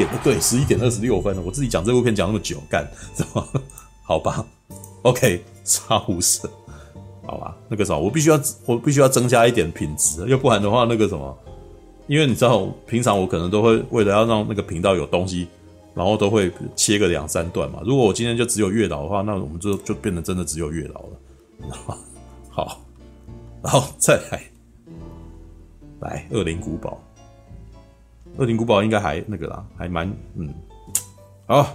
点，对，11点26分了。我自己讲这部片讲那么久，干什么？好吧 ，OK， 杀无赦，好吧，那个什么，我必须要增加一点品质，要不然的话，那个什么，因为你知道，平常我可能都会为了要让那个频道有东西，然后都会切个2-3段嘛。如果我今天就只有月老的话，那我们就变得真的只有月老了，你知道吗？好，然后再来恶灵古堡。恶灵古堡应该还那个啦，还蛮好。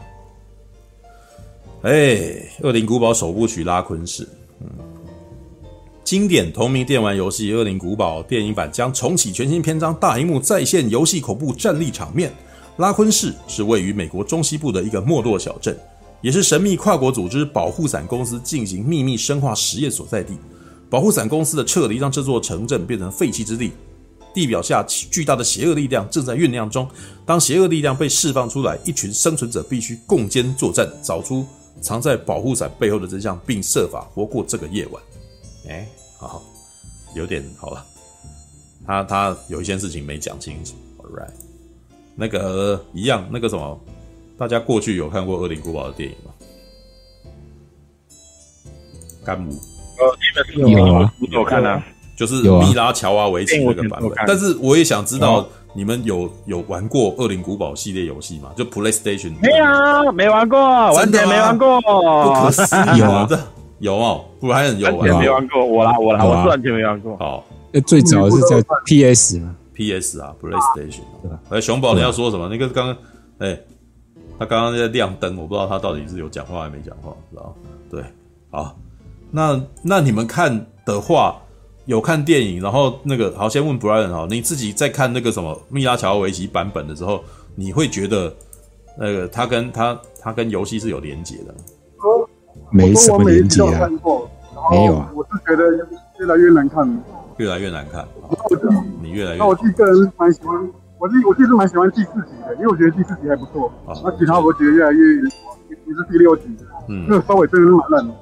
恶灵古堡首部曲拉昆市，经典同名电玩游戏《恶灵古堡》电影版将重启全新篇章，大荧幕再现游戏恐怖战力场面。拉昆市是位于美国中西部的一个没落小镇，也是神秘跨国组织保护伞公司进行秘密生化实验所在地。保护伞公司的撤离让这座城镇变成废弃之地。地表下巨大的邪恶力量正在酝酿中，当邪恶力量被释放出来，一群生存者必须共肩作战，找出藏在保护伞背后的真相，并设法活过这个夜晚。好，有点好了。他有一些事情没讲清楚。Alright， 那个一样，那个什么，大家过去有看过《恶灵古堡》的电影吗？干姆有啊， 我看啊。 就是米拉乔瓦维奇那个版本，但是我也想知道你们有玩过《恶灵古堡》系列游戏吗？就 PlayStation 没啊，没玩过，完全没玩过， 不可思议啊！有哦，不然有完全没玩过，我是完全没玩过。 好， 最早是在 PS 嘛 ，PS 啊 ，PlayStation 对吧？熊宝你要说什么？那个刚刚他刚刚在亮灯，我不知道他到底是有讲话还没讲话，知道？对，好，那你们看的话。有看电影，然后那个好，先问 Brian 哈，你自己在看那个什么米拉乔瓦维奇版本的时候，你会觉得那个他跟游戏是有连结的吗？ 没什么连结啊，没有啊。 我是觉得越来越难看， 越来越难看。你越来越…… 那我自己个人蛮喜欢，我自己是蛮喜欢第4集的，因为我觉得第4集还不错。那其他我觉得越来越也是第6集，那稍微真的是蛮烂的。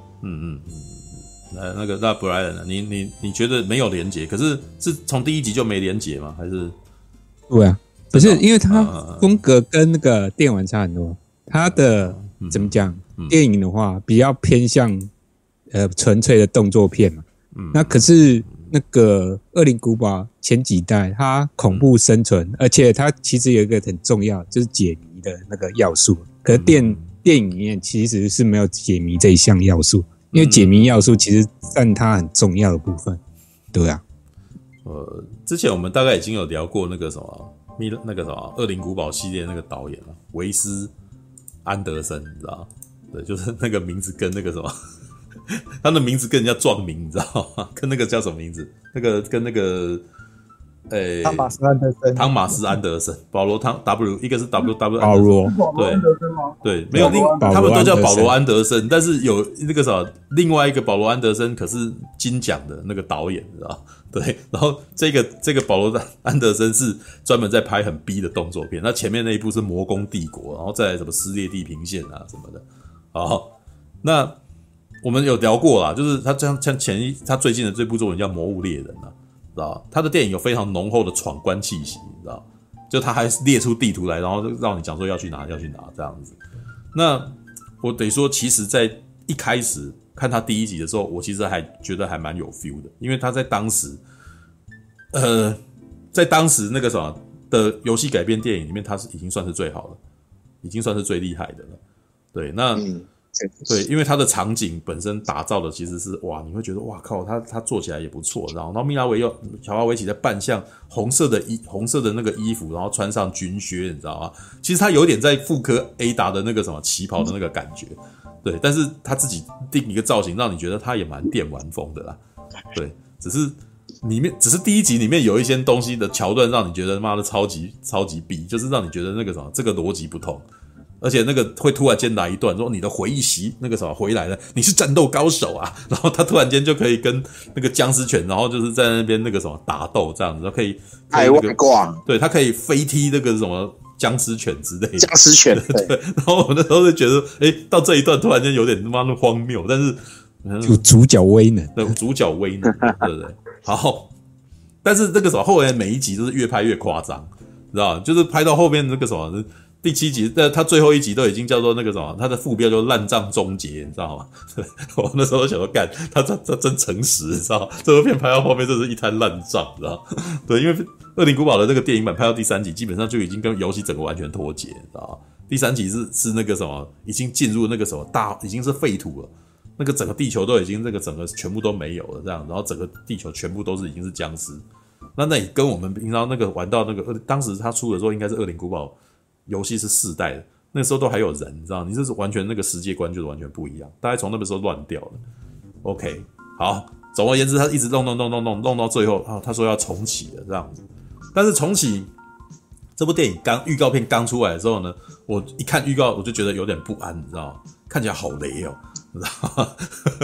那布莱恩呢？你觉得没有连结，可是从第1集就没连结吗？还是？ 对啊，不是，因为它风格跟那个电玩差很多。它的怎么讲？电影的话比较偏向纯粹的动作片嘛。那可是那个《恶灵古堡》前几代，它恐怖生存，而且它其实有一个很重要，就是解谜的那个要素。可是电影里面其实是没有解谜这一项要素。因为解谜要素其实占它很重要的部分，对啊。 之前我们大概已经有聊过那个什么《恶灵古堡》系列那个导演了，维斯安德森，你知道？对，就是那个名字跟那个什么，他的名字跟人家撞名，你知道吗？跟那个叫什么名字？那个跟那个。 汤马斯安德森， 保罗W， 一个是 WW 保罗， 对，没有他们都叫保罗安德森，但是有那个啥，另外一个保罗安德森可是金奖的那个导演，知道？对，然后这个保罗安德森是专门在拍很逼的动作片，那前面那一部是《魔宫帝国》，然后再来什么《撕裂地平线》啊什么的。好，那我们有聊过啦，就是他他最近的这部作品叫《魔物猎人》啊。知道他的电影有非常浓厚的闯关气息，你知道？就他还列出地图来，然后让你讲说要去哪这样子。那我得说，其实，在一开始看他第1集的时候，我其实还觉得还蛮有 feel 的，因为他在当时那个什么的游戏改编电影里面，他是已经算是最好了，已经算是最厉害的了。对，那。对，因为它的场景本身打造的其实是哇，你会觉得哇靠，它做起来也不错。然后米拉乔瓦维奇在扮相红色的那个衣服，然后穿上军靴，你知道吗？其实他有点在复刻 Ada 的那个什么旗袍的那个感觉，对。但是他自己定一个造型，让你觉得他也蛮电玩风的啦。对，只是第1集里面有一些东西的桥段，让你觉得妈的超级逼，就是让你觉得那个什么这个逻辑不通。而且那个会突然间来一段说你的回忆袭那个什么回来了，你是战斗高手啊，然后他突然间就可以跟那个僵尸犬，然后就是在那边那个什么打斗这样子，可以外挂， 对，他可以飞踢那个什么僵尸犬之类的， 僵尸犬对。然后我那时候就觉得，到这一段突然间有点他妈的荒谬，但是有主角威能， 对，主角威能，对不对？好，但是那个什么后来每一集都是越拍越夸张，知道吗？就是拍到后面那个什么。 第7集，他最后一集都已经叫做那个什么，他的副标就烂账终结，你知道吗？我那时候想说，干他真诚实，你知道吗？这部片拍到后面，这是一滩烂账，你知道吗？对，因为《恶灵古堡》的那个电影版拍到第3集，基本上就已经跟游戏整个完全脱节，你知道吗？第3集是那个什么，已经进入那个什么已经是废土了，那个整个地球都已经那个整个全部都没有了，这样，然后整个地球全部都是已经是僵尸。那也跟我们平常那个玩到那个当时他出的时候，应该是《恶灵古堡》游戏是4代的，那时候都还有人，你知道，你这是完全那个世界观就是完全不一样，大概从那个时候乱掉了。OK， 好，总而言之，他一直弄到最后，他说要重启了这样子。但是重启这部电影预告片刚出来的时候呢，我一看预告我就觉得有点不安，你知道吗？看起来好雷哦，你知道吗？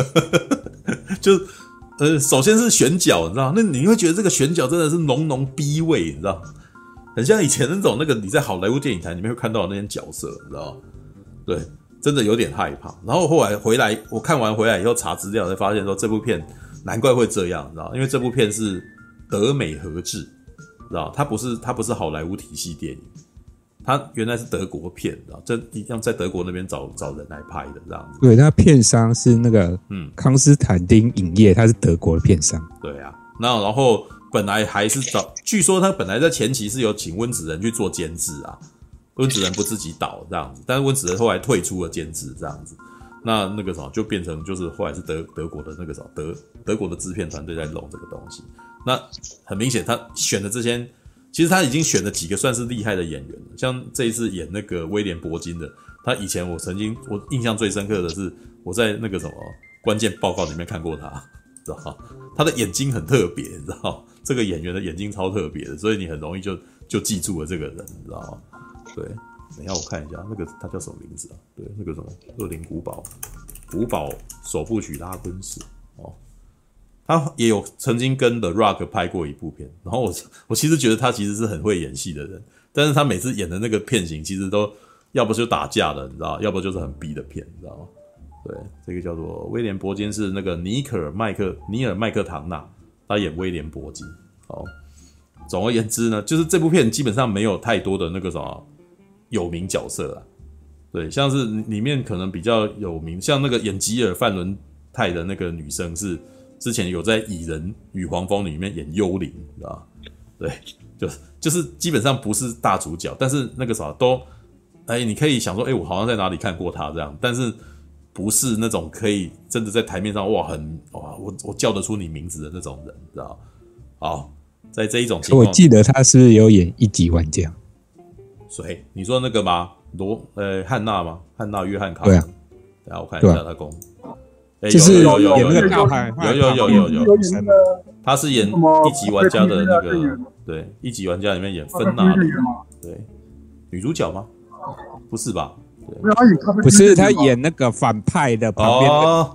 就首先是选角，你知道，那你会觉得这个选角真的是浓浓逼味，你知道。很像以前那种那个你在好莱坞电影台里面会看到的那些角色，你知道吗？对，真的有点害怕。然后后来回来，我看完回来以后查资料才发现说这部片难怪会这样，你知道，因为这部片是德美合制，知道，它不是好莱坞体系电影，它原来是德国片，知道，这一样在德国那边找人来拍的这样子。 对，它片商是那个康斯坦丁影业，它是德国的片商。 对啊，然后。本来还是据说他本来在前期是有请温子仁去做监制啊，温子仁不自己导这样子，但是温子仁后来退出了监制这样子，那个什么就变成就是后来是德国的那个什么德国的制片团队在弄这个东西。那很明显他选的这些，其实他已经选了几个算是厉害的演员了，像这一次演那个威廉伯金的，他以前我印象最深刻的是我在那个什么关键报告里面看过他，知道吗？他的眼睛很特别，你知道吗？这个演员的眼睛超特别的，所以你很容易就记住了这个人，你知道吗？对，等一下我看一下那个他叫什么名字啊？对，那个什么恶灵古堡首部曲拉昆史哦，他也有曾经跟 The Rock 拍过一部片，然后我其实觉得他其实是很会演戏的人，但是他每次演的那个片型其实都要不就打架的，你知道，要不就是很逼的片，你知道吗？对，这个叫做威廉伯金是那个尼尔麦克唐纳。他演威廉伯金，好。总而言之呢，就是这部片基本上没有太多的那个什么有名角色啦，对，像是里面可能比较有名，像那个演吉尔范伦泰的那个女生是之前有在《蚁人与黄蜂》里面演幽灵，知道吧？对，就是基本上不是大主角，但是那个啥都，你可以想说，我好像在哪里看过他这样，但是。不是那种可以真的在台面上我叫得出你名字的那种人，知道？好，在这一种情况， 我记得他是不是有演1级玩家？ 谁？你说那个吗？汉娜吗？汉娜约翰卡。 对啊。 等一下我看一下他公。 就是有演那个大汉， 有，他是演1级玩家的那个，对，1级玩家里面演芬娜的，对，女主角吗？不是吧？ 不是他演那个反派的旁边哦，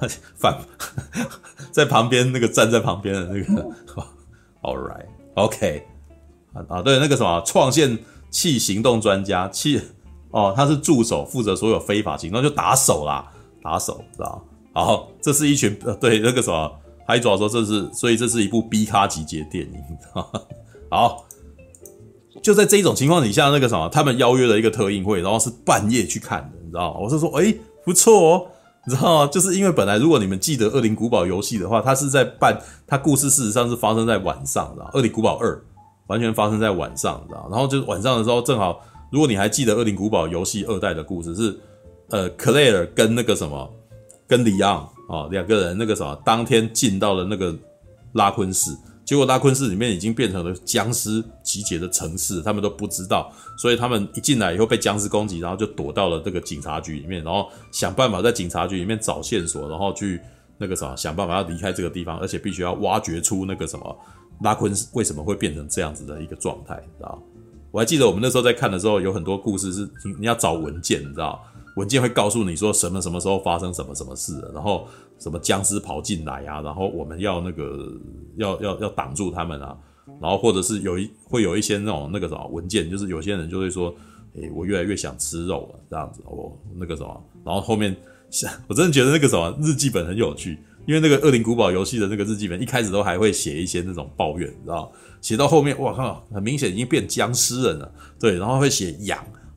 在旁边那个站在旁边的那个 ，All right, OK， 啊，对，那个什么创线器行动专家他是助手，负责所有非法行动，就打手啦，知道？好，这是一群对那个什么海爪说所以这是一部 B 咖集结电影，知道吗？好。就在这一种情况底下，那个什么，他们邀约了一个特映会，然后是半夜去看的，你知道吗？我是说，不错哦，你知道吗？就是因为本来如果你们记得《恶灵古堡》游戏的话，它故事事实上是发生在晚上的，《恶灵古堡2》完全发生在晚上，你知道？然后就是晚上的时候，正好如果你还记得《恶灵古堡》游戏2代的故事，是克莱尔跟那个什么，跟里昂两个人那个什么，当天进到了那个拉昆市。结果拉昆市里面已经变成了僵尸集结的城市，他们都不知道，所以他们一进来以后被僵尸攻击，然后就躲到了这个警察局里面，然后想办法在警察局里面找线索，然后去那个啥想办法要离开这个地方，而且必须要挖掘出那个什么拉昆为什么会变成这样子的一个状态，你知道？我还记得我们那时候在看的时候，有很多故事是你要找文件，你知道？文件会告诉你说什么时候发生什么事了，然后什么僵尸跑进来啊，然后我们要那个要挡住他们啊，然后或者是会有一些那个什么文件，就是有些人就会说，我越来越想吃肉了这样子，那个什么，然后后面我真的觉得那个什么日记本很有趣，因为那个《恶灵古堡》游戏的那个日记本一开始都还会写一些那种抱怨，你知道，写到后面哇靠，很明显已经变僵尸人了，对，然后会写痒。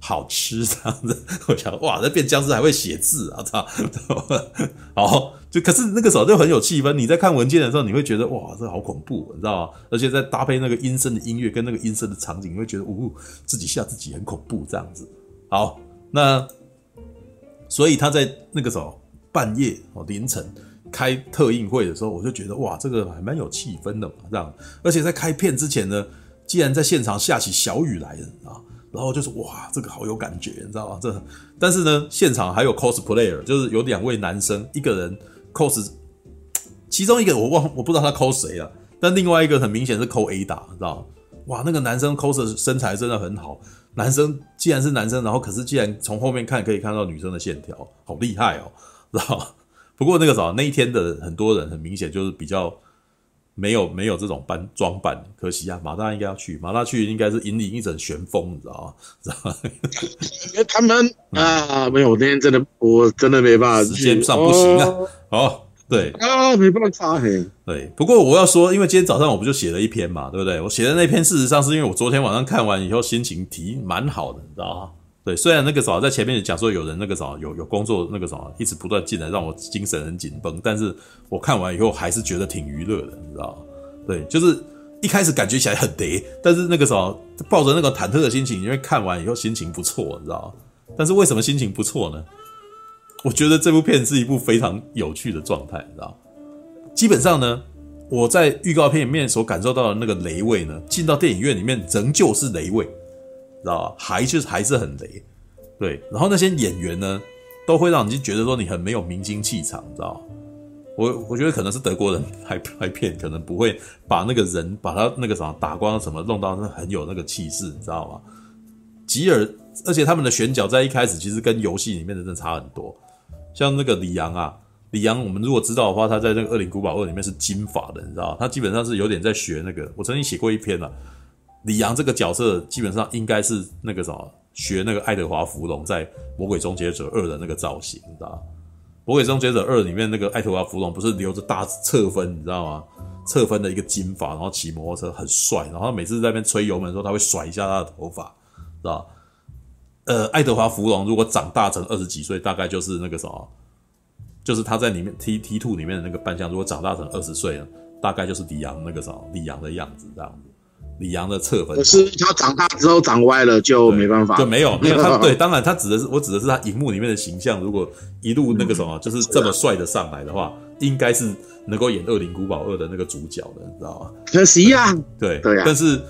好吃这样子。我想哇，那变僵尸还会写字啊，操！好，可是那个时候就很有气氛。你在看文件的时候，你会觉得哇，这好恐怖，你知道吗？而且再搭配那个阴森的音乐跟那个阴森的场景，你会觉得自己吓自己很恐怖这样子。好，那所以他在那个时候半夜凌晨开特映会的时候，我就觉得哇，这个还蛮有气氛的嘛，这样。而且在开片之前呢，既然在现场下起小雨来了啊，然后就是哇，这个好有感觉，你知道吗？但是呢，现场还有 cosplayer， 就是有2位男生，一个人 cos， 其中一个我不知道他 cos 谁了，但另外一个很明显是 cos Ada， 你知道吗？哇，那个男生 cos 的身材真的很好。男生既然是男生，然后可是既然从后面看可以看到女生的线条，好厉害哦，知道吗？不过那个时候那一天的很多人很明显就是比较没有这种装扮，可惜啊，马大应该要去，马大去应该是引领一整旋风，你知道吗？ 他们没有，我真的没办法， 时间上不行啊。哦，对啊，没办法嘿。 对，不过我要说，因为今天早上我不就写了一篇嘛，对不对？我写的那篇事实上是因为我昨天晚上看完以后心情蛮好的，你知道吗？对，虽然那个在前面讲说有人那个有工作那个一直不断进来让我精神很紧绷，但是我看完以后还是觉得挺娱乐的，你知道吗？对，就是一开始感觉起来很雷，但是那个抱着那个忐忑的心情，因为看完以后心情不错，你知道吗？但是为什么心情不错呢？我觉得这部片是一部非常有趣的状态，你知道吗？基本上呢，我在预告片里面所感受到的那个雷味呢，进到电影院里面仍旧是雷味，知道吧？还是很雷，对。然后那些演员呢，都会让你觉得说你很没有明星气场，你知道吗？我觉得可能是德国人拍片，可能不会把那个人把他那个打光什么弄到很有那个气势，你知道吗？而且他们的选角在一开始其实跟游戏里面的真的差很多。像那个李阳我们如果知道的话，他在那个《恶灵古堡2》里面是金发的，你知道吗？他基本上是有点在学那个，我曾经写过一篇李阳这个角色基本上应该是那个学那个爱德华福龙在《魔鬼终结者2》的那个造型，你知道吗？《魔鬼终结者2》里面那个爱德华福龙不是留着大侧分，你知道吗？侧分的一个金发，然后骑摩托车很帅，然后他每次在那边吹油门的时候，他会甩一下他的头发，知道吗？爱德华福龙如果长大成20几岁，大概就是那个就是他在里面 T2 里面的那个扮相，如果长大成20岁了，大概就是李阳的样子这样子。李阳的侧分，可是他长大之后长歪了就没办法， 就没有他对，当然我指的是他荧幕里面的形象，如果一路那个就是这么帅的上来的话，应该是能够演《恶灵古堡2》的那个主角的，你知道吗？ 可惜啊， 对啊，但是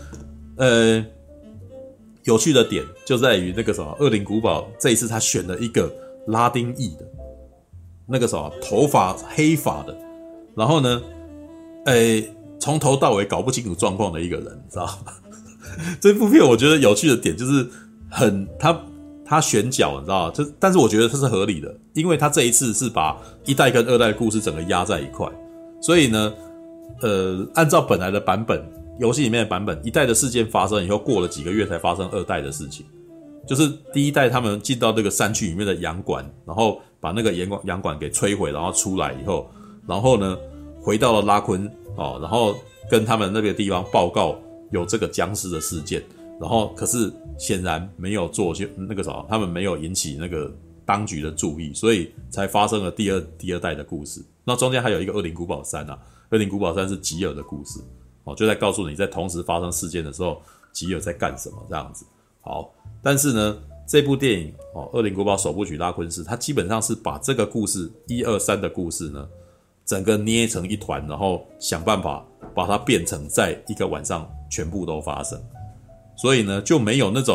有趣的点就在于那个恶灵古堡这一次他选了一个拉丁裔的，那个头发黑发的，然后呢，从头到尾搞不清楚状况的一个人，你知道吗？这部片我觉得有趣的点就是他选角，你知道吗？但是我觉得它是合理的，因为他这一次是把1代跟2代的故事整个压在一块，所以呢，按照本来的版本。游戏里面的版本，1代的事件发生以后，过了几个月才发生2代的事情。就是第1代他们进到这个山区里面的洋馆，然后把那个洋馆给摧毁，然后出来以后，然后呢回到了拉昆然后跟他们那个地方报告有这个僵尸的事件，然后可是显然没有做那个他们没有引起那个当局的注意，所以才发生了第二代的故事。那中间还有一个《恶灵古堡3》恶灵古堡3是吉尔的故事。就在告诉你在同时发生事件的时候吉尔在干什么这样子。好，但是呢这部电影恶灵古堡首部曲拉昆斯，它基本上是把这个故事1、2、3的故事呢整个捏成一团，然后想办法把它变成在一个晚上全部都发生，所以呢就没有那个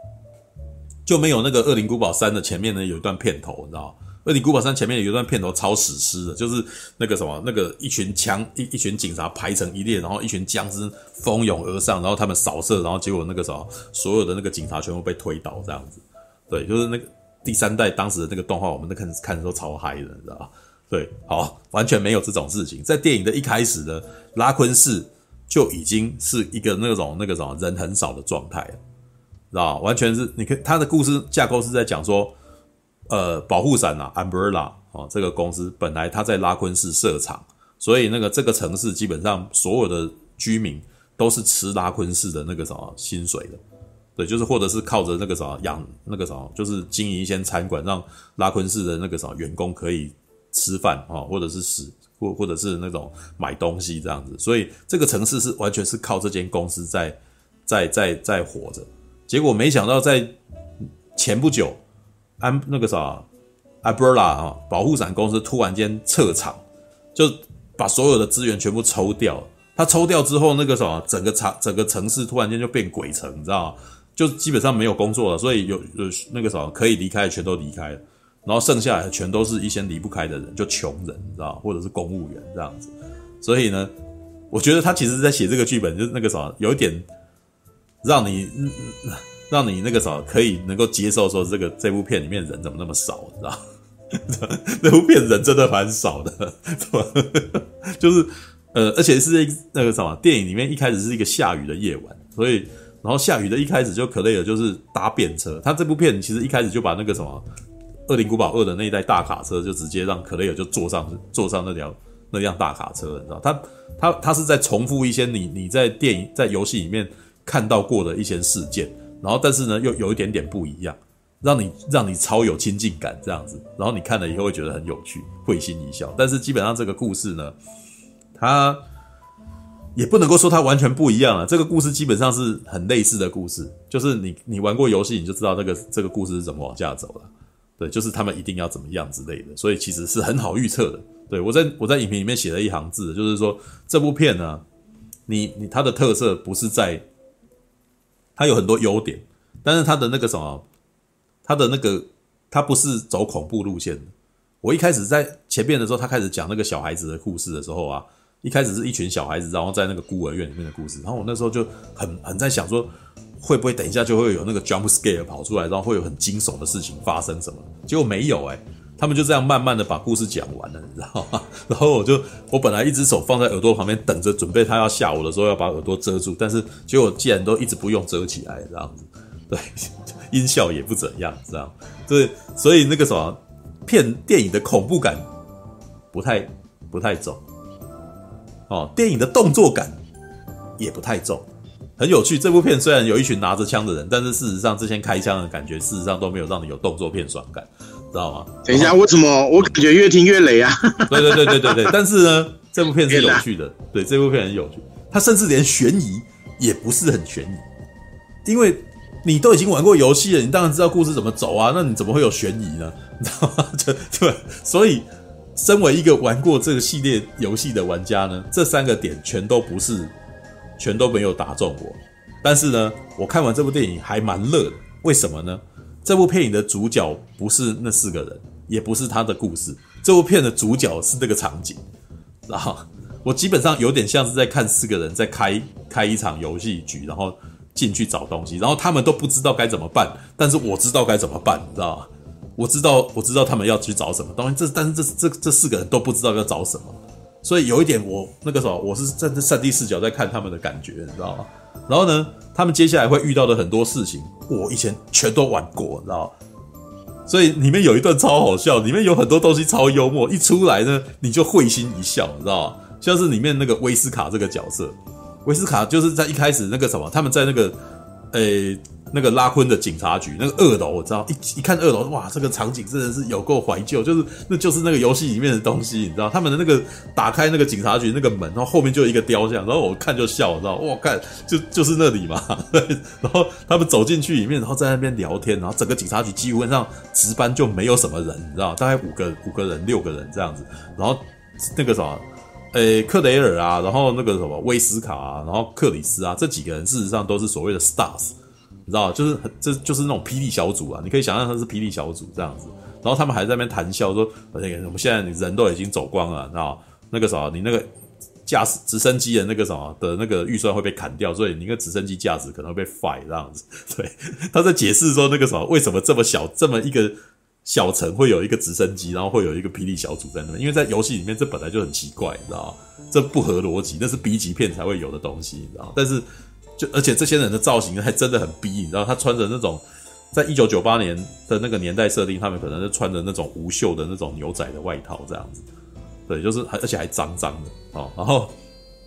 恶灵古堡3的前面呢有一段片头，你知道吗？恶灵古堡3前面有一段片头超史诗的，就是那个一群警察排成一列，然后一群僵尸蜂拥而上，然后他们扫射，然后结果所有的那个警察全部被推倒这样子。对，就是那个第3代当时的那个动画，我们看的时候超嗨的，你知道吗？对，好，完全没有这种事情。在电影的一开始呢，拉昆市就已经是一个那种人很少的状态了，知道吗？完全是你看他的故事架构是在讲说。保护伞Umbrella 这个公司本来他在拉昆市设厂，所以这个城市基本上所有的居民都是吃拉昆市的薪水的。 对，就是或者是靠着那个啥养那个啥，就是经营一些餐馆，让拉昆市的那个啥员工可以吃饭或者是或者是那种买东西这样子，所以这个城市是完全是靠这间公司在活着。结果没想到在前不久，那个啥 Umbrella 保护伞公司突然间撤场，就把所有的资源全部抽掉。他抽掉之后，那个什么整个城市突然间就变鬼城，你知道吗？就基本上没有工作了，所以有那个什么可以离开的全都离开了。然后剩下来全都是一些离不开的人，就穷人，你知道，或者是公务员这样子。所以呢，我觉得他其实在写这个剧本，就是那个啥，有一点让你那个啥可以能够接受，说这部片里面人怎么那么少，你知道？这部片人真的蛮少的，就是而且是那个什么电影里面一开始是一个下雨的夜晚，所以然后下雨的一开始就可雷尔就是搭便车，他这部片其实一开始就把那个什么。恶灵古堡2的那一台大卡车就直接让可雷尔就坐上那辆大卡车，你知道，他是在重复一些你在电影在游戏里面看到过的一些事件，然后但是呢又有一点点不一样，让你超有亲近感这样子，然后你看了以后会觉得很有趣，会心一笑。但是基本上这个故事呢，它也不能够说它完全不一样了，这个故事基本上是很类似的故事，就是你玩过游戏你就知道这个故事是怎么往下走了。对，就是他们一定要怎么样之类的，所以其实是很好预测的。对，我在影评里面写了一行字，就是说这部片呢，它的特色不是在，它有很多优点，但是它的那个什么，它不是走恐怖路线的。我一开始在前面的时候，他开始讲那个小孩子的故事的时候啊，一开始是一群小孩子，然后在那个孤儿院里面的故事，然后我那时候就很在想说。会不会等一下就会有那个 jump scare 跑出来，然后会有很惊悚的事情发生什么？结果没有他们就这样慢慢的把故事讲完了，你知道吗？然后我本来一只手放在耳朵旁边等着，准备他要吓我的时候要把耳朵遮住，但是结果既然都一直不用遮起来，这样子，对，音效也不怎样，这样，对，所以那个什么电影的恐怖感不太重，电影的动作感也不太重。很有趣，这部片虽然有一群拿着枪的人，但是事实上这些开枪的感觉，事实上都没有让你有动作片爽感，知道吗？ 等一下，为什么我感觉越听越雷啊？ 对，但是呢，这部片是有趣的，对，这部片很有趣，它甚至连悬疑也不是很悬疑，因为你都已经玩过游戏了，你当然知道故事怎么走啊，那你怎么会有悬疑呢？你知道吗？对，所以身为一个玩过这个系列游戏的玩家呢，这3个点全都没有打中我，但是呢，我看完这部电影还蛮乐的。为什么呢？这部片影的主角不是那4个人，也不是他的故事，这部片的主角是那个场景。然后我基本上有点像是在看4个人在开一场游戏局，然后进去找东西，然后他们都不知道该怎么办，但是我知道该怎么办，你知道吗？我知道他们要去找什么东西，但是这4个人都不知道要找什么。所以有一点我是站在3D视角在看他们的感觉，你知道吗？然后呢，他们接下来会遇到的很多事情，我以前全都玩过，你知道吗？所以里面有一段超好笑，里面有很多东西超幽默，一出来呢，你就会心一笑，你知道吗？像是里面那个威斯卡这个角色，威斯卡就是在一开始那个什么，他们在那个拉昆的警察局那个2楼，我知道一看2楼，哇，这个场景真的是有够怀旧，就是那个游戏里面的东西，你知道他们的那个打开那个警察局那个门，然后后面就有一个雕像，然后我看就笑，你知道，哇，看就是那里嘛，然后他们走进去里面，然后在那边聊天，然后整个警察局基本上值班就没有什么人，你知道，大概5个人6个人这样子，然后那个什么。克雷尔啊，然后那个什么威斯卡啊，然后克里斯啊，这几个人事实上都是所谓的 stars， 你知道，就是那种霹雳小组啊，你可以想象他是霹雳小组这样子。然后他们还在那边谈笑说，我们现在人都已经走光了，然后那个什么，你那个驾驶直升机的那个什么的那个预算会被砍掉，所以你那个直升机驾驶可能会被 fire 这样子。对，他在解释说那个什么，为什么这么一个小城会有一个直升机，然后会有一个霹雳小组在那边，因为在游戏里面这本来就很奇怪，你知道吗？这不合逻辑，那是 B 级片才会有的东西，你知道吗？但是而且这些人的造型还真的很逼，你知道，他穿着那种在1998年的那个年代设定，他们可能是穿着那种无袖的那种牛仔的外套这样子，对，就是而且还脏脏的然后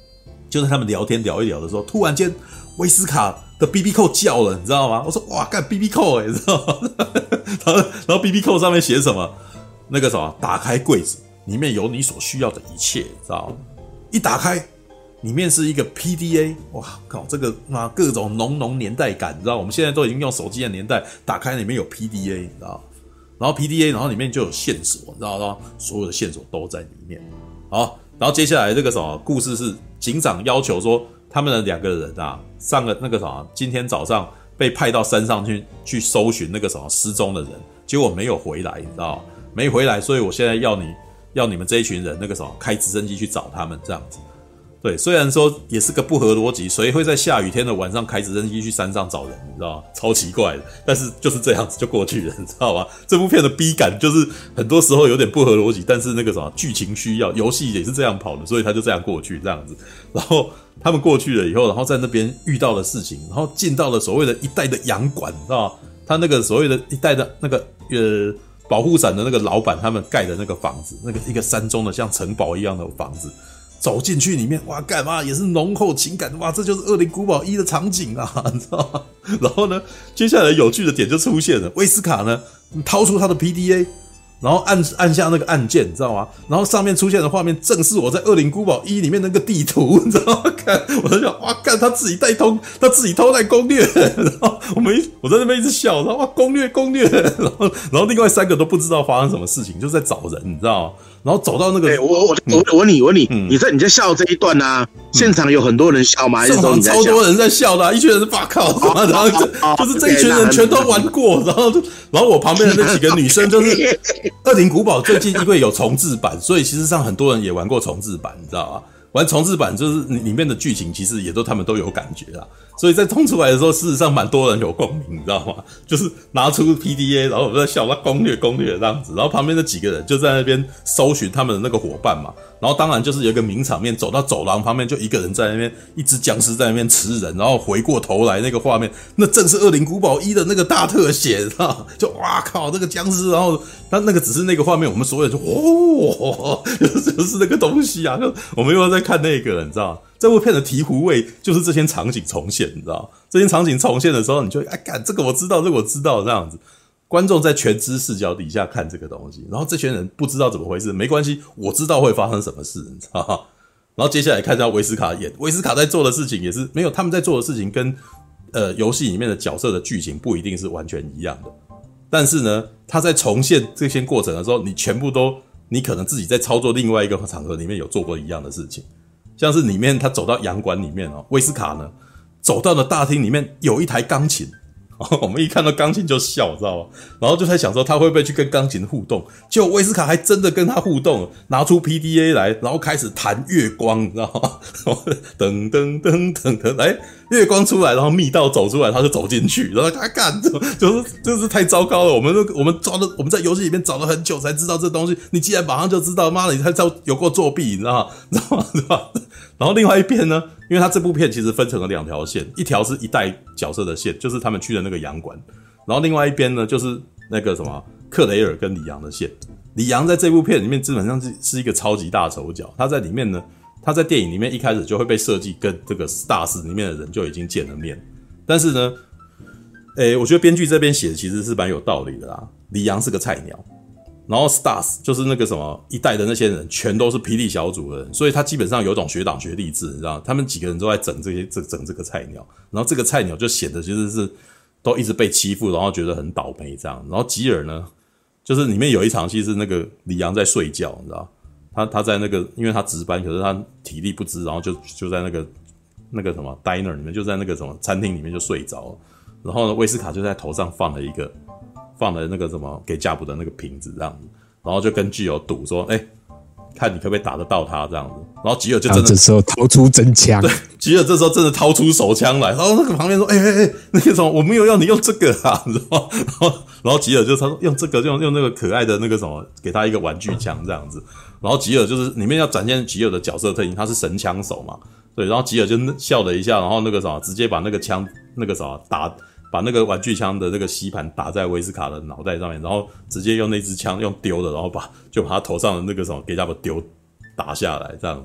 就在他们聊天聊一聊的时候，突然间威斯卡的 BB 扣叫了，你知道吗？我说哇，干 BB 扣你知道吗？然后 BB 扣上面写什么？那个什么，打开柜子，里面有你所需要的一切，知道吗？一打开，里面是一个 PDA， 哇靠，这个各种浓年代感，你知道？我们现在都已经用手机的年代，打开里面有 PDA， 你知道？然后 PDA， 然后里面就有线索，你知道吗？所有的线索都在里面。好，然后接下来这个什么故事是警长要求说，他们的2个人上个那个什么，今天早上被派到山上去搜寻那个什么失踪的人，结果没有回来，你知道吗？没回来，所以我现在要你们这一群人那个什么开直升机去找他们这样子。对，虽然说也是个不合逻辑，谁会在下雨天的晚上开直升机去山上找人，你知道吗？超奇怪的，但是就是这样子就过去了，你知道吗？这部片的逼感就是很多时候有点不合逻辑，但是那个什么剧情需要，游戏也是这样跑的，所以他就这样过去这样子。然后他们过去了以后，然后在那边遇到的事情，然后进到了所谓的一代的洋馆，你知道吗？他那个所谓的一代的那个保护伞的那个老板他们盖的那个房子，那个一个山中的像城堡一样的房子。走进去里面，哇，干嘛也是浓厚情感，哇，这就是《恶灵古堡1》的场景啊，你知道吗？然后呢，接下来有趣的点就出现了，威斯卡呢掏出他的 PDA， 然后按下那个按键，你知道吗？然后上面出现的画面正是我在《恶灵古堡1》里面那个地图，你知道吗？看，我在想，哇，干他自己偷带攻略，然后我在那边一直笑，然后哇，攻略，然后另外3个都不知道发生什么事情，就是在找人，你知道吗？然后走到那个， 我问你，你在笑这一段啊？现场有很多人笑吗？还是说你在笑？ 超多人在笑的一群人是发靠，然后就是这一群人全都玩过，然后我旁边的那几个女生就是《恶灵古堡》最近因为有重制版，所以其实上很多人也玩过重制版，你知道吗？玩重制版就是里面的剧情其实也都他们都有感觉啦，所以在冲出来的时候，事实上蛮多人有共鸣，你知道吗？就是拿出 PDA， 然后我在笑他攻略这样子，然后旁边的几个人就在那边搜寻他们的那个伙伴嘛，然后当然就是有一个名场面，走到走廊旁边就一个人在那边，一只僵尸在那边吃人，然后回过头来那个画面，那正是《恶灵古堡1》的那个大特写，知道吗？就哇靠，那个僵尸，然后他那个只是那个画面，我们所有人就就是那个东西啊，就我们又要在看那个，你知道吗？这部片的醍醐味就是这些场景重现，你知道吗？这些场景重现的时候，你就干这个我知道，这个我知道，这样子。观众在全知视角底下看这个东西，然后这群人不知道怎么回事，没关系，我知道会发生什么事，你知道吗？然后接下来看到威斯卡演，威斯卡在做的事情也是没有他们在做的事情跟游戏里面的角色的剧情不一定是完全一样的，但是呢，他在重现这些过程的时候，你可能自己在操作另外一个场合里面有做过一样的事情，像是里面他走到洋馆里面威斯卡呢走到了大厅里面有一台钢琴。我们一看到钢琴就笑，知道吗？然后就在想说他会不会去跟钢琴互动，结果威斯卡还真的跟他互动，拿出 PDA 来，然后开始弹月光，你知道吗？噔噔噔噔噔，哎，月光出来，然后密道走出来，他就走进去，然后他干，就是太糟糕了。我们在游戏里面找了很久才知道这东西，你既然马上就知道，妈的，你才有过作弊，你知道吗？然后另外一边呢，因为他这部片其实分成了2条线，一条是一代角色的线，就是他们去的那个洋馆，然后另外一边呢就是那个什么克雷尔跟里昂的线。里昂在这部片里面基本上是一个超级大丑角，他在里面呢，他在电影里面一开始就会被设计跟这个 Stars 里面的人就已经见了面，但是呢，我觉得编剧这边写的其实是蛮有道理的啦。里昂是个菜鸟。然后 Stars 就是那个什么一代的那些人全都是霹雳小组的人，所以他基本上有种学长学弟制，你知道吗？他们几个人都在整这个菜鸟，然后这个菜鸟就显得其实是都一直被欺负，然后觉得很倒霉这样。然后吉尔呢，就是里面有一场戏是那个里昂在睡觉，你知道他在那个因为他值班，可是他体力不支，然后就在那个什么 diner 里面，就在那个什么餐厅里面就睡着了。然后呢，威斯卡就在头上放了那个什么给加卜的那个瓶子这样子，然后就跟基友赌说，看你可不可以打得到他这样子。然后吉尔就真的这时候掏出真枪， 对，吉尔这时候真的掏出手枪来，然后那个旁边说，那个什么，我没有要你用这个啊，你知道吗？然后吉尔就他说用这个，用那个可爱的那个什么，给他一个玩具枪这样子。然后吉尔就是里面要展现吉尔的角色特性，他是神枪手嘛，对，然后吉尔就笑了一下，然后那个什么，直接把那个枪那个什么把那个玩具枪的那个吸盘打在威斯卡的脑袋上面，然后直接用那支枪用丢的，然后就把他头上的那个什么给他把打下来这样子。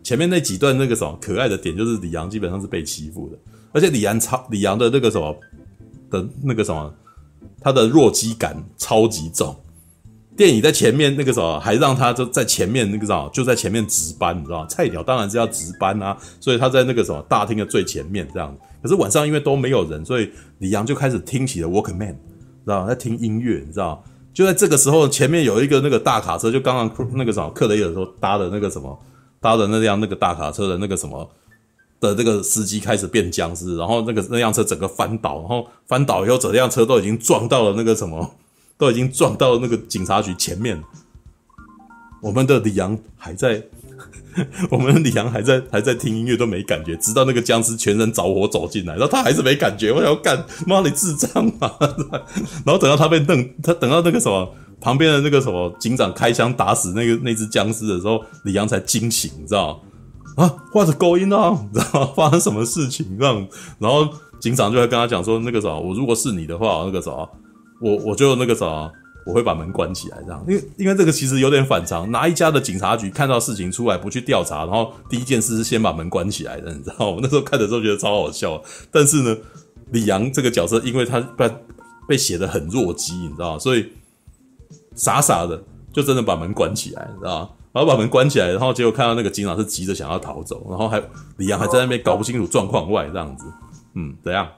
前面那几段那个什么可爱的点，就是李阳基本上是被欺负的，而且李阳的那个什么的那个什么，他的弱鸡感超级重。电影在前面那个什么，还让他就在前面那个什么，就在前面值班，你知道吗？菜鸟当然是要值班啊，所以他在那个什么大厅的最前面这样。可是晚上因为都没有人，所以李阳就开始听起了 Walkman， 知道吗？在听音乐，你知道吗？就在这个时候，前面有一个那个大卡车，就刚刚那个什么克雷尔说搭的那个什么，搭的那辆那个大卡车的那个什么的这个司机开始变僵尸，然后那辆车整个翻倒，然后翻倒以后，整辆车都已经撞到了那个什么。都已经撞到那个警察局前面，我们的李阳还在听音乐都没感觉，直到那个僵尸全身着火走进来，然后他还是没感觉。我想干妈你智障嘛！然后等到他等到那个什么旁边的那个什么警长开枪打死那只僵尸的时候，李阳才惊醒，你知道吗？啊，what's going on？ 你知道吗？发生什么事情？然后警长就会跟他讲说，那个什么，我如果是你的话，那个什么。我就那个啥，我会把门关起来，这样，因为这个其实有点反常。哪一家的警察局看到事情出来不去调查，然后第一件事是先把门关起来的，你知道吗？我那时候看的时候觉得超好笑。但是呢，李阳这个角色，因为他被写得很弱鸡，你知道吗？所以傻傻的就真的把门关起来，你知道吗？然后把门关起来，然后结果看到那个警长是急着想要逃走，然后李阳还在那边搞不清楚状况外这样子，怎样？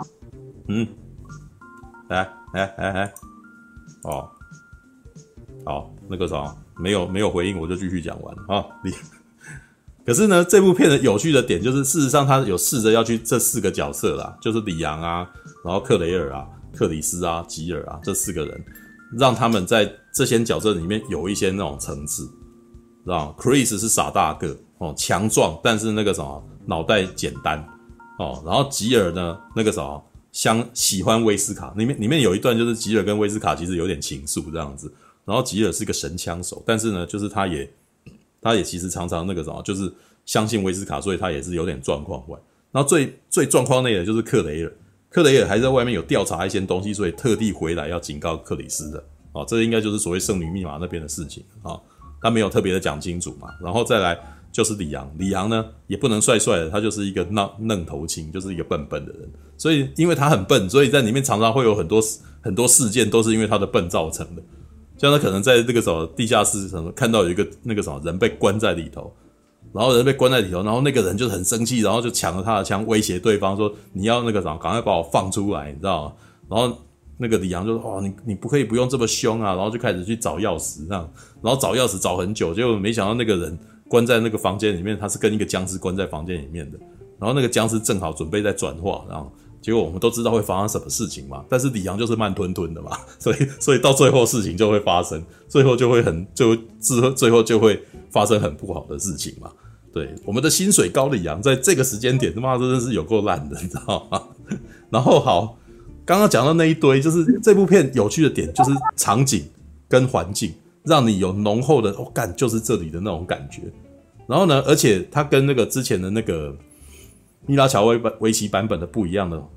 来，哦，好，那个啥，没有回应，我就继续讲完啊。可是呢，这部片的有趣的点就是，事实上他有试着要去这4个角色啦，就是李阳啊，然后克雷尔啊、克里斯啊、吉尔啊这4个人，让他们在这些角色里面有一些那种层次，知道吗 ？Chris 是傻大个哦，强壮，但是那个什么脑袋简单哦，然后吉尔呢，那个什么。喜欢威斯卡，里面有一段就是吉尔跟威斯卡其实有点情愫这样子，然后吉尔是个神枪手，但是呢，就是他也其实常常那个什么，就是相信威斯卡，所以他也是有点状况外。然后最状况内的就是克雷尔还在外面有调查一些东西，所以特地回来要警告克里斯的哦，这应该就是所谓圣女密码那边的事情啊，他没有特别的讲清楚嘛。然后再来就是李阳呢也不能帅帅的，他就是一个愣头青，就是一个笨笨的人。所以因为他很笨，所以在里面常常会有很多事件都是因为他的笨造成的。像他可能在那个什么地下室什么看到有一个那个什么人被关在里头，然后那个人就很生气，然后就抢了他的枪威胁对方说你要那个什么赶快把我放出来，你知道吗？然后那个李阳就说哦你不可以不用这么凶啊，然后就开始去找钥匙这样，然后找钥匙找很久，结果没想到那个人关在那个房间里面，他是跟一个僵尸关在房间里面的，然后那个僵尸正好准备在转化，然后结果我们都知道会发生什么事情嘛，但是李阳就是慢吞吞的嘛，所以到最后事情就会发生，最后就会发生很不好的事情嘛。对，我们的薪水高李阳在这个时间点，他妈真的是有够烂的，你知道吗？然后好，刚刚讲到那一堆，就是这部片有趣的点就是场景跟环境，让你有浓厚的干就是这里的那种感觉。然后呢，而且它跟那个之前的那个米拉乔维奇版本的不一样的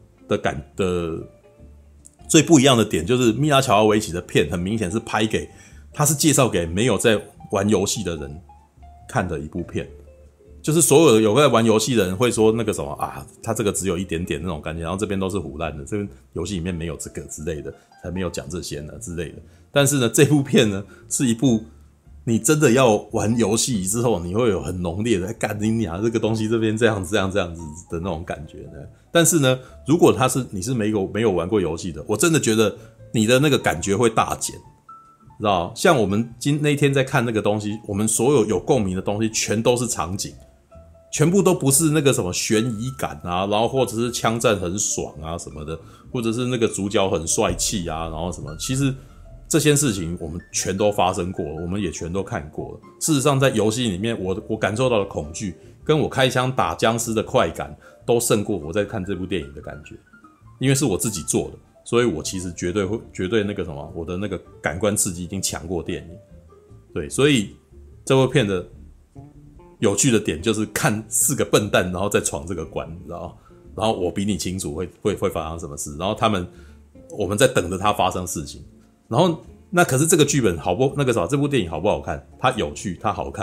最不一样的点，就是米拉乔维奇的片很明显是拍给他是介绍给没有在玩游戏的人看的一部片，就是所有的有在玩游戏的人会说那个什么啊，他这个只有一点点那种感觉，然后这边都是唬烂的，这边游戏里面没有这个之类的，才没有讲这些呢之类的。但是呢，这部片呢是一部你真的要玩游戏之后，你会有很浓烈的干你娘这个东西这边这样子的那种感觉呢。但是呢，如果你是没有玩过游戏的，我真的觉得你的那个感觉会大减，知道？像我们那天在看那个东西，我们所有共鸣的东西全都是场景，全部都不是那个什么悬疑感啊，然后或者是枪战很爽啊什么的，或者是那个主角很帅气啊，然后什么，其实这些事情我们全都发生过了，我们也全都看过了。事实上，在游戏里面，我感受到的恐惧，跟我开枪打僵尸的快感，都胜过我在看这部电影的感觉。因为是我自己做的，所以我其实绝对那个什么，我的那个感官刺激已经强过电影。对，所以这部片的有趣的点就是看4个笨蛋，然后再闯这个关，你知道吗？然后我比你清楚会发生什么事，然后我们在等着它发生事情。然后那可是这个剧本好不那个啥，这部电影好不好看？它有趣，它好看，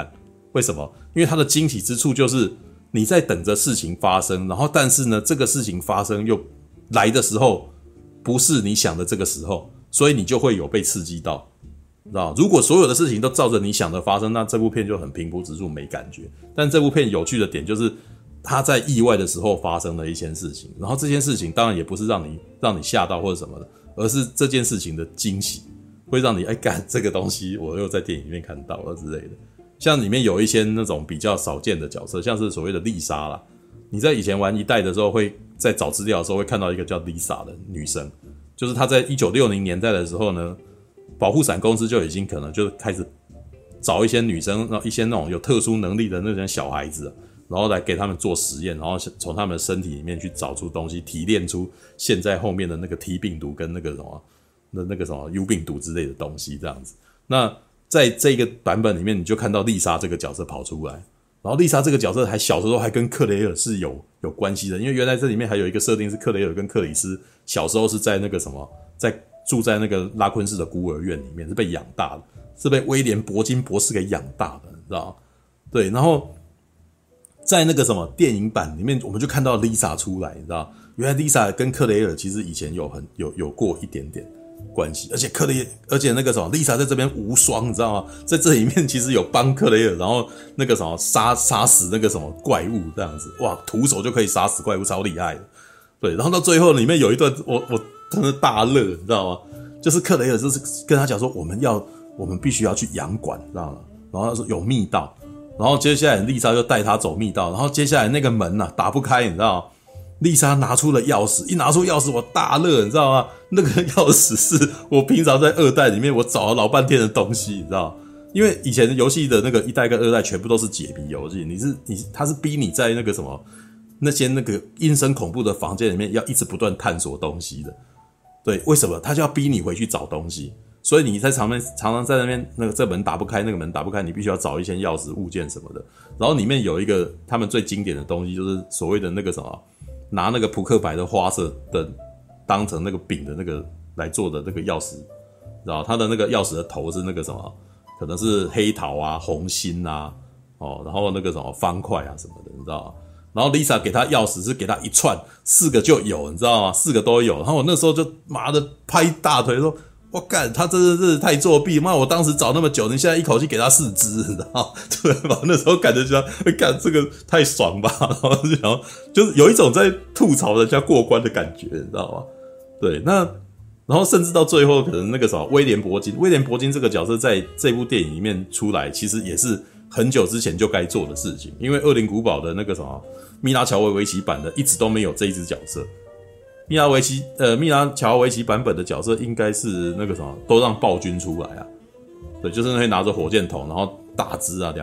为什么？因为它的惊喜之处就是你在等着事情发生，然后但是呢，这个事情发生又来的时候不是你想的这个时候，所以你就会有被刺激到，知道？如果所有的事情都照着你想的发生，那这部片就很平铺直述，没感觉。但这部片有趣的点就是它在意外的时候发生了一件事情，然后这件事情当然也不是让你吓到或者什么的，而是这件事情的惊喜会让你干这个东西我又在电影里面看到了之类的。像里面有一些那种比较少见的角色，像是所谓的丽莎啦，你在以前玩一代的时候会在找资料的时候会看到一个叫 Lisa 的女生，就是她在1960年代的时候呢，保护伞公司就已经可能就开始找一些女生，一些那种有特殊能力的那些小孩子，然后来给他们做实验，然后从他们身体里面去找出东西，提炼出现在后面的那个 T 病毒跟那个什么 U 病毒之类的东西这样子。那在这个版本里面，你就看到丽莎这个角色跑出来，然后丽莎这个角色还小时候还跟克雷尔是有关系的，因为原来这里面还有一个设定是克雷尔跟克里斯小时候是在那个什么，住在那个拉昆市的孤儿院里面，是被养大的，是被威廉伯金博士给养大的，你知道吗？对，然后在那个什么电影版里面，我们就看到 Lisa 出来，你知道，原来 Lisa 跟克雷尔其实以前有过一点点关系，而且那个什么 Lisa 在这边无双，你知道吗？在这里面其实有帮克雷尔，然后那个什么杀死那个什么怪物这样子，哇，徒手就可以杀死怪物，超厉害的。对，然后到最后里面有一段我真的大乐，你知道吗？就是克雷尔就是跟他讲说我们必须要去洋馆，知道吗？然后他说有密道。然后接下来丽莎就带他走密道，然后接下来那个门打不开，你知道吗？丽莎拿出了钥匙，一拿出钥匙我大乐，你知道吗？那个钥匙是我平常在2代里面我找了老半天的东西，你知道吗？因为以前游戏的那个1代跟2代全部都是解谜游戏，他是逼你在那个什么那些那个阴森恐怖的房间里面要一直不断探索东西的。对，为什么？他就要逼你回去找东西。所以你在常常在那边这门打不开，那个门打不开，你必须要找一些钥匙物件什么的。然后里面有一个他们最经典的东西，就是所谓的那个什么，拿那个扑克牌的花色的当成那个柄的那个来做的那个钥匙，知道它的那个钥匙的头是那个什么，可能是黑桃啊、红心啊，然后那个什么方块啊什么的，你知道吗？然后 Lisa 给他钥匙是给他一串，4个就有，你知道吗？4个都有。然后我那时候就妈的拍大腿说。我干，他真的是太作弊！妈，我当时找那么久，你现在一口气给他4只，你知道？对吧？那时候感觉就干这个太爽吧，然后就想就是有一种在吐槽人家过关的感觉，你知道吗？对，那然后甚至到最后，可能那个什么威廉伯金这个角色在这部电影里面出来，其实也是很久之前就该做的事情，因为《恶灵古堡》的那个什么米拉乔维奇版的一直都没有这一只角色。米拉乔维奇版本的角色应该是那个什么，都让暴君出来啊。对，就是那会拿着火箭筒，然后大只啊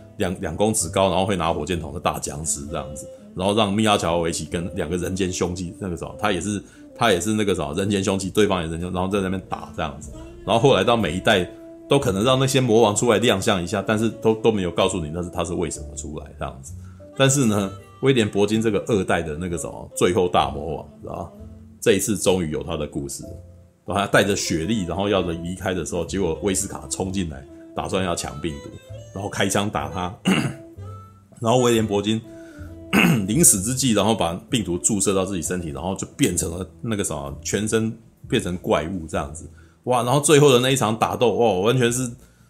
，2公尺高，然后会拿火箭筒的大僵尸这样子，然后让米拉乔维奇跟2个人间凶器那个什么，他也是那个什么人间凶器，对方也人间，然后在那边打这样子。然后后来到每一代都可能让那些魔王出来亮相一下，但是都没有告诉你他是为什么出来这样子。但是呢，威廉伯金这个2代的那个什么最后大魔王，知道吗？这一次终于有他的故事了。然后他带着雪莉，然后要离开的时候，结果威斯卡冲进来，打算要抢病毒，然后开枪打他。然后威廉伯金临死之际，然后把病毒注射到自己身体，然后就变成了那个什么，全身变成怪物这样子。哇！然后最后的那一场打斗，哇，完全是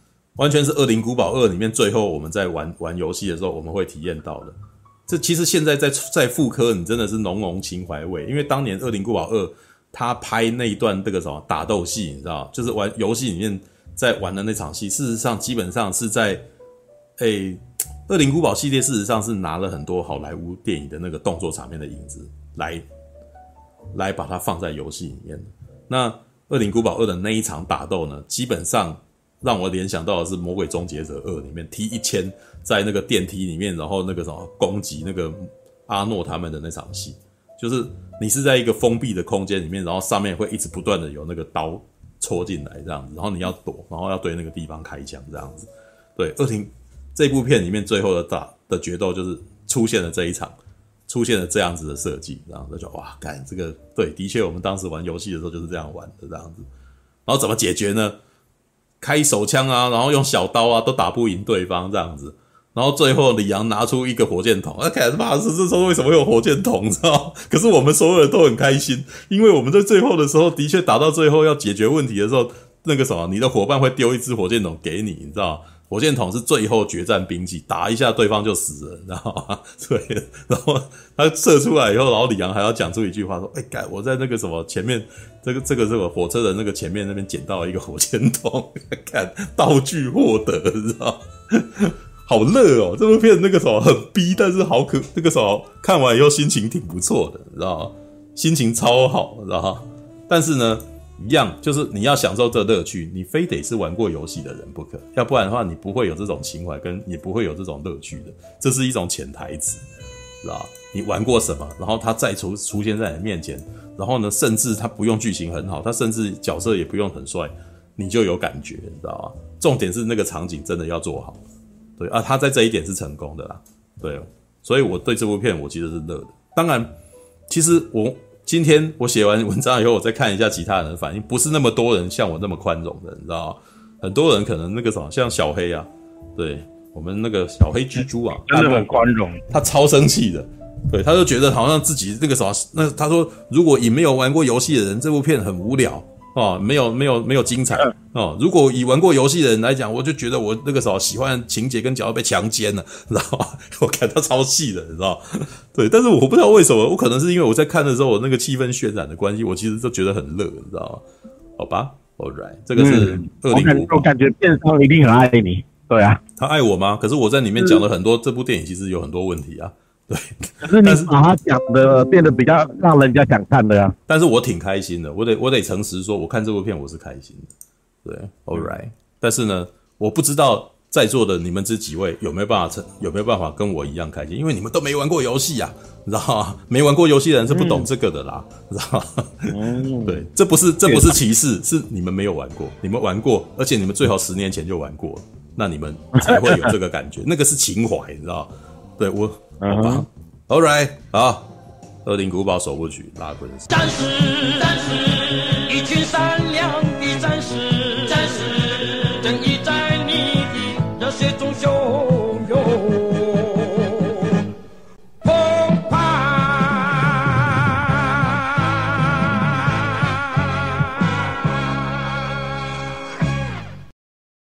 《恶灵古堡2》里面最后我们在玩游戏的时候我们会体验到的。这其实现在在复刻，你真的是浓浓情怀味，因为当年《恶灵古堡2》他拍那一段这个什么打斗戏，你知道，就是玩游戏里面在玩的那场戏，事实上基本上是在《恶灵古堡》系列，事实上是拿了很多好莱坞电影的那个动作场面的影子来把它放在游戏里面的。那《恶灵古堡2》的那一场打斗呢，基本上让我联想到的是《魔鬼终结者2》里面 T1000 在那个电梯里面，然后那个什么攻击那个阿诺他们的那场戏，就是你是在一个封闭的空间里面，然后上面会一直不断的有那个刀戳进来这样子，然后你要躲，然后要对那个地方开枪这样子。对，这部片里面最后的决斗就是出现了这一场，出现了这样子的设计，然后就哇，干这个对，的确我们当时玩游戏的时候就是这样玩的这样子。然后怎么解决呢？开手枪啊，然后用小刀啊，都打不赢对方这样子。 然后最后李阳拿出一个火箭筒，看来妈是这时候为什么会有火箭筒，你知道？可是我们所有人都很开心，因为我们在最后的时候的确打到最后要解决问题的时候，那个什么，你的伙伴会丢一支火箭筒给你，你知道？火箭筒是最后决战兵器，打一下对方就死了，你知道吗？对，然后他射出来以后，然后李阳还要讲出一句话说：“干，我在那个什么前面，这个火车的那个前面那边捡到一个火箭筒，看道具获得，你知道？好热哦！这部片那个什么很逼，但是好那个什么看完以后心情挺不错的，你知道吗？心情超好，你知道吗？但是呢。”一样，就是你要享受这乐趣，你非得是玩过游戏的人不可，要不然的话，你不会有这种情怀，跟也不会有这种乐趣的。这是一种潜台词，知道吧？你玩过什么，然后他再出现在你面前，然后呢，甚至他不用剧情很好，他甚至角色也不用很帅，你就有感觉，你知道吧？重点是那个场景真的要做好，对啊，他在这一点是成功的啦，对，所以我对这部片我其实是乐的。当然，其实今天我写完文章以后，我再看一下其他人的反应，不是那么多人像我那么宽容的，你知道吗？很多人可能那个什么，像小黑啊，对我们那个小黑蜘蛛啊， 真的很宽容， 他超生气的，对，他就觉得好像自己那个什么，那他说，如果以没有玩过游戏的人，这部片很无聊哦，没有精彩哦。如果以玩过游戏的人来讲，我就觉得我那个时候喜欢情节跟角色被强奸了，你知道吗？我看他超细的，你知道？对，但是我不知道为什么，我可能是因为我在看的时候，我那个气氛渲染的关系，我其实就觉得很热，你知道吗？好吧 ，All right， 这个是2058。 我感觉电商一定很爱你，对啊， 他爱我吗？可是我在里面讲了很多，这部电影其实有很多问题啊。对， 可是你把它讲的变得比较让人家想看的呀。 但是我挺开心的，我得诚实说，我看这部片我是开心的。对 ，All right。但是呢，我不知道在座的你们这几位有没有办法跟我一样开心，因为你们都没玩过游戏啊，你知道吗？没玩过游戏的人是不懂这个的啦，你知道吗？对，这不是歧视，是你们没有玩过，你们玩过，而且你们最好10年前就玩过，那你们才会有这个感觉，那个是情怀，你知道吗？对我。好吧 ，All right， 好，恶灵古堡首部曲拉滚。 战士，一群善良的战士，正义在你的热血中修。